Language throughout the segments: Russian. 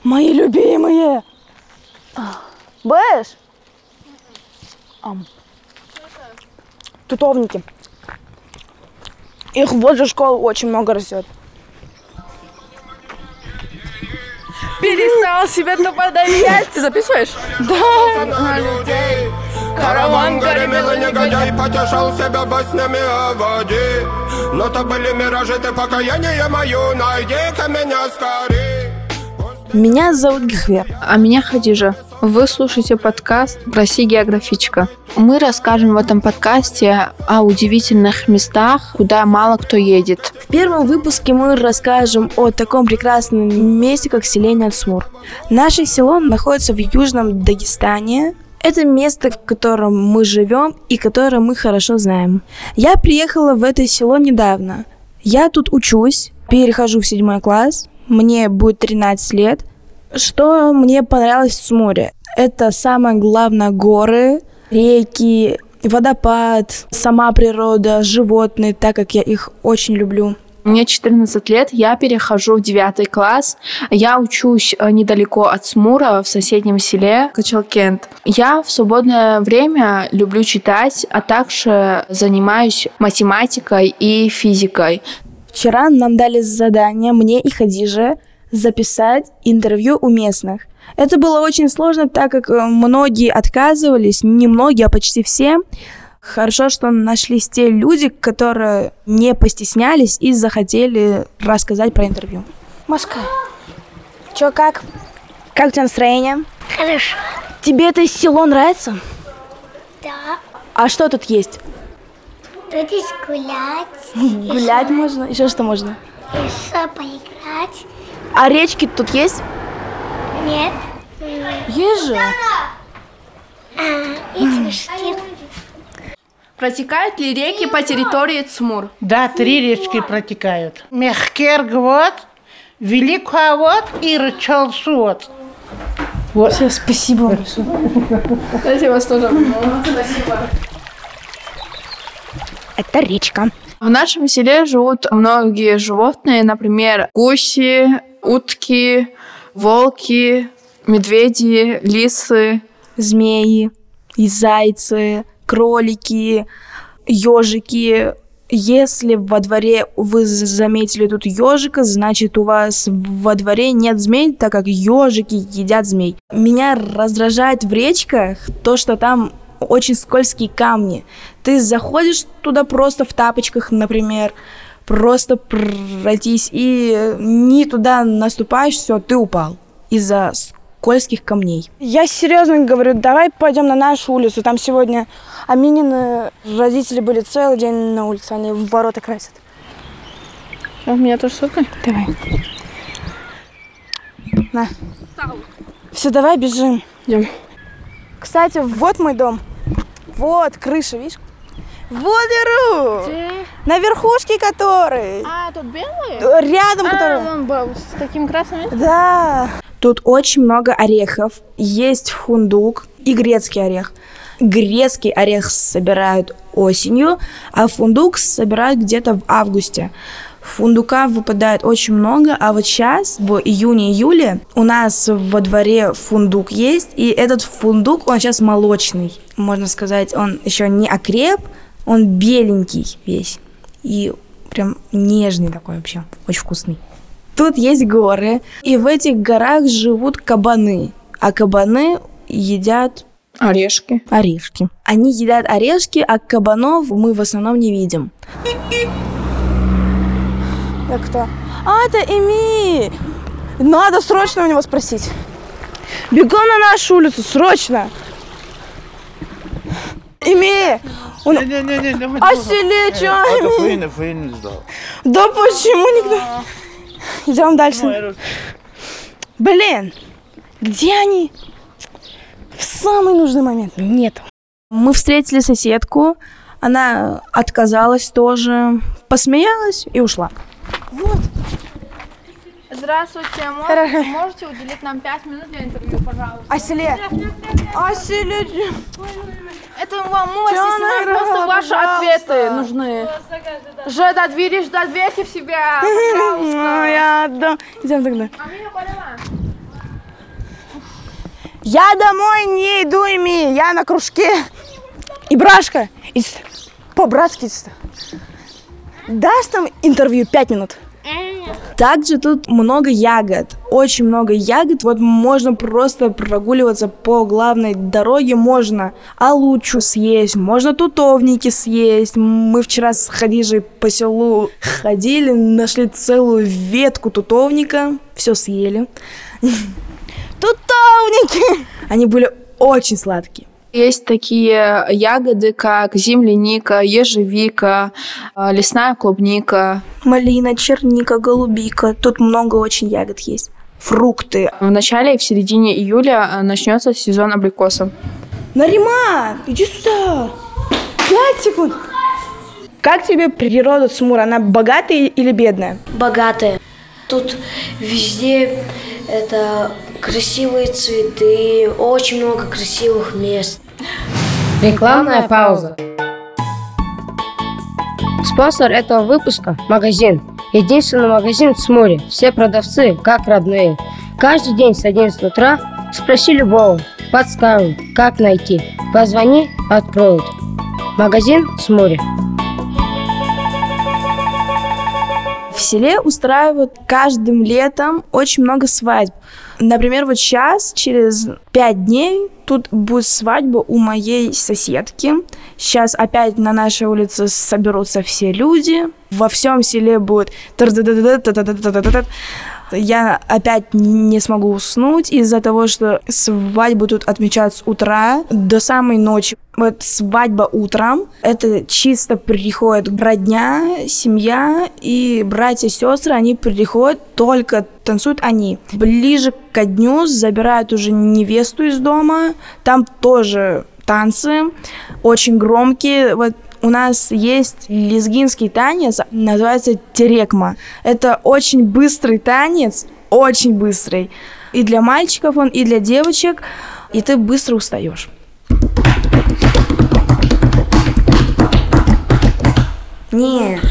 Мои любимые. Бэш? Тутовники. Их возле школы очень много растет. Перестал себя-то подавлять. Ты записываешь? Караван горемел негодяй, потешал себя во снями о воде. Но то были миражи, ты покаяние мое, найди-ка меня скорей. Меня зовут Гихвер. А меня Хадижа. Вы слушаете подкаст «Россия географичка». Мы расскажем в этом подкасте о удивительных местах, куда мало кто едет. В первом выпуске мы расскажем о таком прекрасном месте, как селение Ацмур. Наше село находится в Южном Дагестане. Это место, в котором мы живем и которое мы хорошо знаем. Я приехала в это село недавно. Я тут учусь, перехожу в 7 класс, мне будет 13 лет. Что мне понравилось в Ацмуре? Это самое главное горы, реки, водопад, сама природа, животные, так как я их очень люблю. Мне 14 лет, я перехожу в 9 класс. Я учусь недалеко от Ацмура, в соседнем селе Качалкент. Я в свободное время люблю читать, а также занимаюсь математикой и физикой. Вчера нам дали задание, мне и Хадиже, записать интервью у местных. Это было очень сложно, так как многие отказывались, не многие, а почти все. Хорошо, что нашлись те люди, которые не постеснялись и захотели рассказать про интервью. Машка, чё, как? Как у тебя настроение? Хорошо. Тебе это село нравится? Да. А что тут есть? Тут есть гулять. Гулять можно? Еще что можно? Еще поиграть. А речки тут есть? Нет. Есть же. Эти штиль. Протекают ли реки по территории Ацмур? Да, 3 речки протекают. Мехкергвод, Великовод и Рычалсуот. Вот. Все, спасибо большое. Кстати, вас тоже. Спасибо. Это речка. В нашем селе живут многие животные, например, гуси, утки, волки, медведи, лисы. Змеи, и зайцы, кролики, ежики. Если во дворе вы заметили тут ежика, значит у вас во дворе нет змей, так как ежики едят змей. Меня раздражает в речках то, что там очень скользкие камни. Ты заходишь туда просто в тапочках, например, просто пройтись, и не туда наступаешь, все, ты упал из-за скользких камней. Я серьезно говорю, давай пойдем на нашу улицу. Там сегодня Аминины родители были целый день на улице, они в ворота красят. У меня тоже сотка. Давай. На. Все, давай бежим. Идем. Кстати, вот мой дом. Вот крыша, видишь? Вот беру. На верхушке который. А, тут белые? Рядом который. Он был с таким красным. Да. Тут очень много орехов. Есть фундук и грецкий орех. Грецкий орех собирают осенью, а фундук собирают где-то в августе. Фундука выпадает очень много, а вот сейчас, в июне-июле, у нас во дворе фундук есть, и этот фундук, он сейчас молочный. Можно сказать, он еще не окреп, он беленький весь. И прям нежный такой вообще, очень вкусный. Тут есть горы, и в этих горах живут кабаны, а кабаны едят Орешки. орешки. Они едят орешки, а кабанов мы в основном не видим. Это кто? А, это Эми! Надо срочно у него спросить. Бегом на нашу улицу, срочно! Эми! А селе, чё, Эми? Да почему никто? Идем дальше. Блин, где они? В самый нужный момент. Нет. Мы встретили соседку. Она отказалась тоже, посмеялась и ушла. Вот. Здравствуйте, можете уделить нам 5 минут для интервью, пожалуйста? А селе? А селе? Это вам мы Чё снимаем, она просто играла, ваши пожалуйста? ответы нужны. Жда двери в себя, пожалуйста. Я отдам. Идем тогда. А меня поняла. Я домой не иду, Эми, я на кружке. И Брашка, по-братски, дашь там интервью 5 минут? Также тут много ягод, очень много ягод. Вот можно просто прогуливаться по главной дороге, можно алучу съесть, можно тутовники съесть. Мы вчера с Хадижей по селу ходили, нашли целую ветку тутовника, все съели. Тутовники! Они были очень сладкие. Есть такие ягоды, как земляника, ежевика, лесная клубника. Малина, черника, голубика. Тут много очень ягод есть. Фрукты. В начале и в середине июля начнется сезон абрикосов. Нарима, иди сюда. 5 секунд. Как тебе природа Цмура? Она богатая или бедная? Богатая. Тут везде это красивые цветы, очень много красивых мест. Рекламная пауза. Спонсор этого выпуска – магазин. Единственный магазин в Цмуре. Все продавцы как родные. Каждый день с 11 утра спроси любого. Подскажут, как найти. Позвони, откроют. Магазин в Цмуре. В селе устраивают каждым летом очень много свадьб. Например, вот сейчас, через 5 дней, тут будет свадьба у моей соседки. Сейчас опять на нашей улице соберутся все люди. Во всем селе будет... Я опять не смогу уснуть из-за того, что свадьбу тут отмечают с утра до самой ночи. Вот свадьба утром, это чисто приходит родня, семья и братья и сестры, они приходят, только танцуют они. Ближе ко дню забирают уже невесту из дома, там тоже танцы, очень громкие. Вот у нас есть лезгинский танец, называется терекма. Это очень быстрый танец, очень быстрый. И для мальчиков он, и для девочек, и ты быстро устаешь. Нет.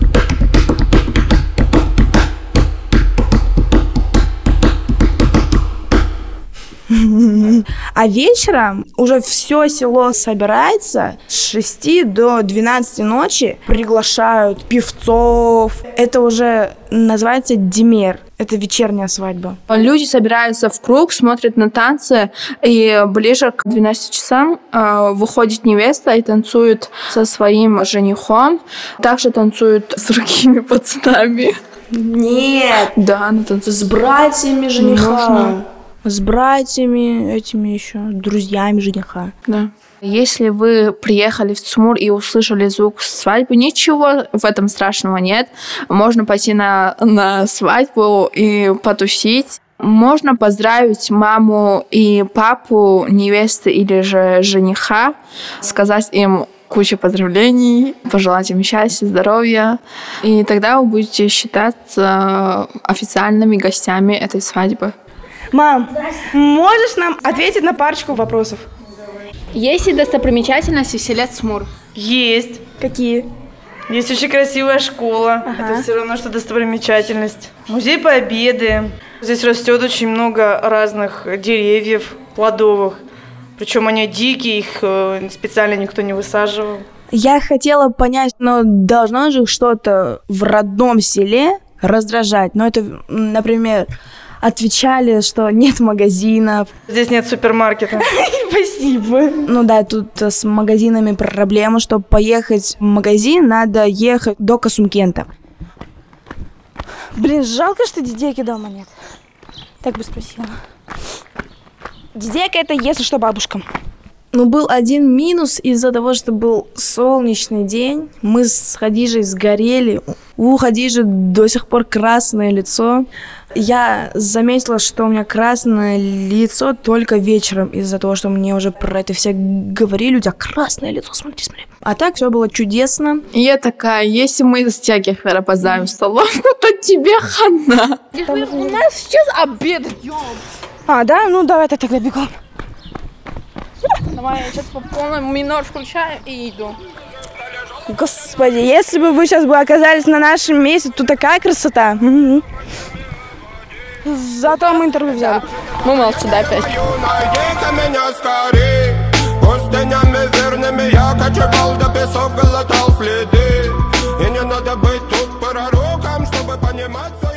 А вечером уже все село собирается с 6 до 12 ночи, приглашают певцов. Это уже называется демер. Это вечерняя свадьба. Люди собираются в круг, смотрят на танцы, и ближе к 12 часам выходит невеста и танцует со своим женихом. Также танцует с другими пацанами. Нет. Да, она танцует С братьями жениха. Можно. С братьями, этими еще, друзьями жениха. Да. Если вы приехали в Цмур и услышали звук свадьбы, ничего в этом страшного нет. Можно пойти на свадьбу и потусить. Можно поздравить маму и папу невесты или же жениха, сказать им кучу поздравлений, пожелать им счастья, здоровья. И тогда вы будете считаться официальными гостями этой свадьбы. Мам, можешь нам ответить на парочку вопросов? Есть ли достопримечательности в селе Цмур? Есть. Какие? Есть очень красивая школа. Ага. Это все равно, что достопримечательность. Музей Победы. Здесь растет очень много разных деревьев плодовых. Причем они дикие, их специально никто не высаживал. Я хотела понять, но должно же что-то в родном селе раздражать. Но это, например, отвечали, что нет магазинов. Здесь нет супермаркета. Спасибо. Ну да, тут с магазинами проблема, чтобы поехать в магазин, надо ехать до Касумкента. Блин, жалко, что дедейки дома нет. Так бы спросила. Дедейка это, если что, бабушка. Ну, был один минус из-за того, что был солнечный день. Мы с Хадижей сгорели. У Хадижи до сих пор красное лицо. Я заметила, что у меня красное лицо только вечером из-за того, что мне уже про это все говорили. У тебя красное лицо, смотри, смотри. А так все было чудесно. Я такая, если мы с Тягихвер опоздаем в столовку, то тебе хана. У нас сейчас обед. А, да? Ну, давай тогда бегом. Давай, я сейчас по полному минор включаю и иду. Господи, если бы вы сейчас бы оказались на нашем месте, то такая красота. Зато мы интервью взяли. Мы молодцы, да, опять. Найди-ка меня скорей. Пустынями верными я кочевал, до песок глотал следы. И не надо быть тут пророком, чтобы понимать.